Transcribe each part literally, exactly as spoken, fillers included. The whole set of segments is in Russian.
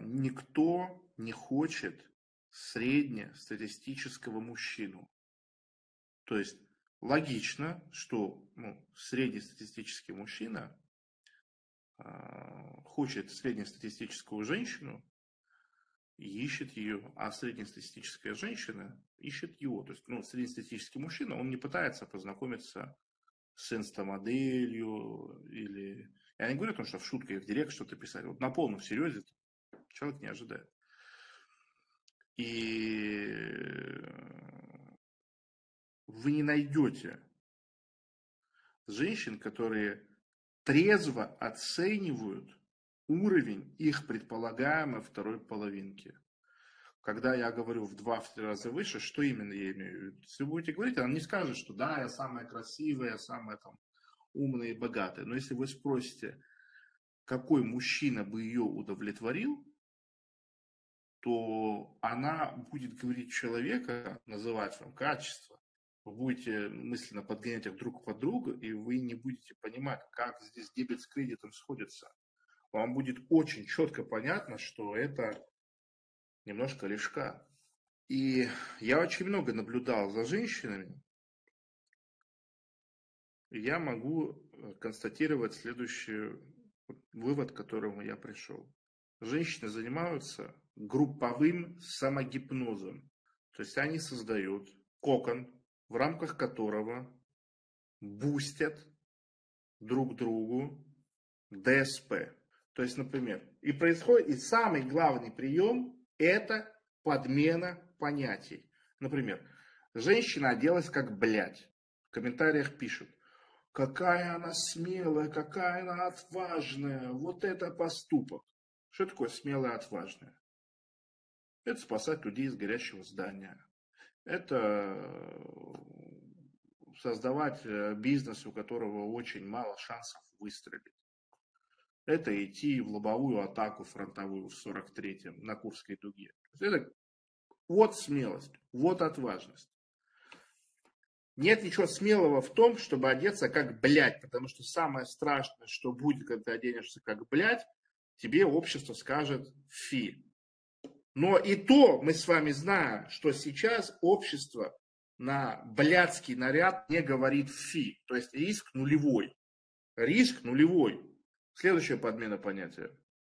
никто не хочет среднестатистического мужчину. То есть логично, что ну, среднестатистический мужчина э, хочет среднестатистическую женщину и ищет ее, а среднестатистическая женщина ищет его. То есть ну, среднестатистический мужчина, он не пытается познакомиться с инстамоделью или... Я не говорю о том, что в шутке в директ что-то писать. Вот на полном серьезе человек не ожидает. И вы не найдете женщин, которые трезво оценивают уровень их предполагаемой второй половинки. Когда я говорю в два-три раза выше, что именно я имею в виду? Если вы будете говорить, она не скажет, что да, я самая красивая, я самая там умная и богатая. Но если вы спросите, какой мужчина бы ее удовлетворил, то она будет говорить человека, называть вам качество. Вы будете мысленно подгонять их друг под друга, и вы не будете понимать, как здесь дебет с кредитом сходятся. Вам будет очень четко понятно, что это немножко лишка. И я очень много наблюдал за женщинами, и я могу констатировать следующий вывод, к которому я пришел. Женщины занимаются групповым самогипнозом. То есть они создают кокон, в рамках которого бустят друг другу ДСП. То есть, например, и происходит, и самый главный прием – это подмена понятий. Например, женщина оделась как блядь. В комментариях пишут, какая она смелая, какая она отважная, вот это поступок. Что такое смелая, отважная? Это спасать людей из горящего здания. Это создавать бизнес, у которого очень мало шансов выстрелить. Это идти в лобовую атаку фронтовую в сорок третьем на Курской дуге. Это вот смелость, вот отважность. Нет ничего смелого в том, чтобы одеться как блядь, потому что самое страшное, что будет, когда ты оденешься как блядь, тебе общество скажет фи. Но и то мы с вами знаем, что сейчас общество на блядский наряд не говорит фи. То есть риск нулевой. Риск нулевой. Следующая подмена понятия.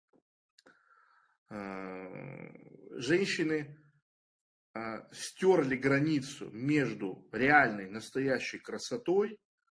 Женщины стерли границу между реальной, настоящей красотой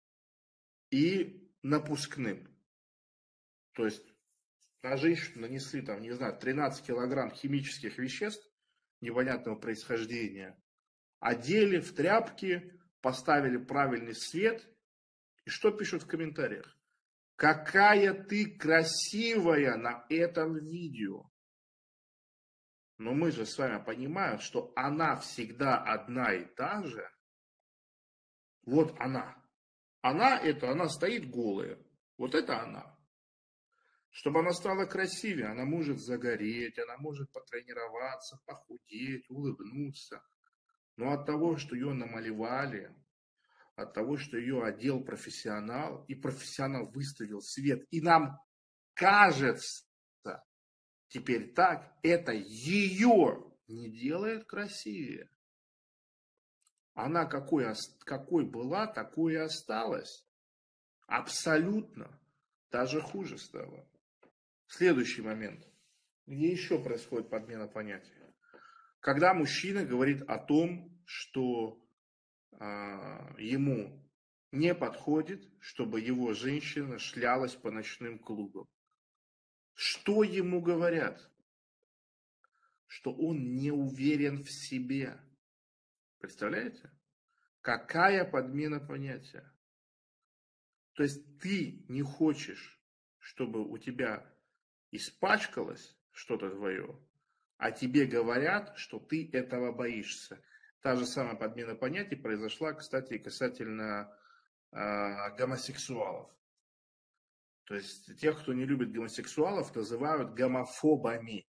и напускным. То есть на женщину нанесли, там, не знаю, тринадцать килограмм химических веществ непонятного происхождения, одели в тряпки, поставили правильный свет. И что пишут в комментариях? Какая ты красивая на этом видео. Но мы же с вами понимаем, что она всегда одна и та же. Вот она. Она это, она стоит голая. Вот это она. Чтобы она стала красивее, она может загореть, она может потренироваться, похудеть, улыбнуться. Но от того, что ее намалевали, от того, что ее одел профессионал, и профессионал выставил свет, и нам кажется теперь так, это ее не делает красивее. Она какой, какой была, такой и осталась. Абсолютно. Даже хуже стало. Следующий момент. Где еще происходит подмена понятий? Когда мужчина говорит о том, что э, ему не подходит, чтобы его женщина шлялась по ночным клубам. Что ему говорят? Что он не уверен в себе. Представляете? Какая подмена понятия? То есть ты не хочешь, чтобы у тебя испачкалось что-то твое, а тебе говорят, что ты этого боишься. Та же самая подмена понятий произошла, кстати, касательно э, гомосексуалов. То есть тех, кто не любит гомосексуалов, называют гомофобами.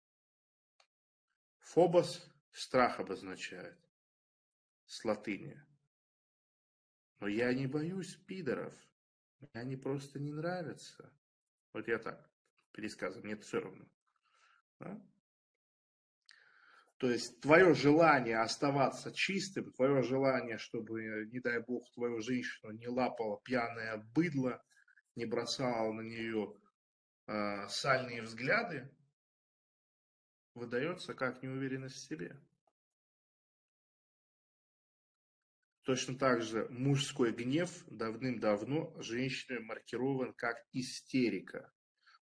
Фобос страх обозначает с латыни. Но я не боюсь пидоров. Мне они просто не нравятся. Вот я так пересказываю, мне это все равно. Да? То есть твое желание оставаться чистым, твое желание, чтобы, не дай бог, твою женщину не лапала пьяное быдло, не бросала на нее э, сальные взгляды, выдается как неуверенность в себе. Точно так же мужской гнев давным-давно женщиной маркирован как истерика.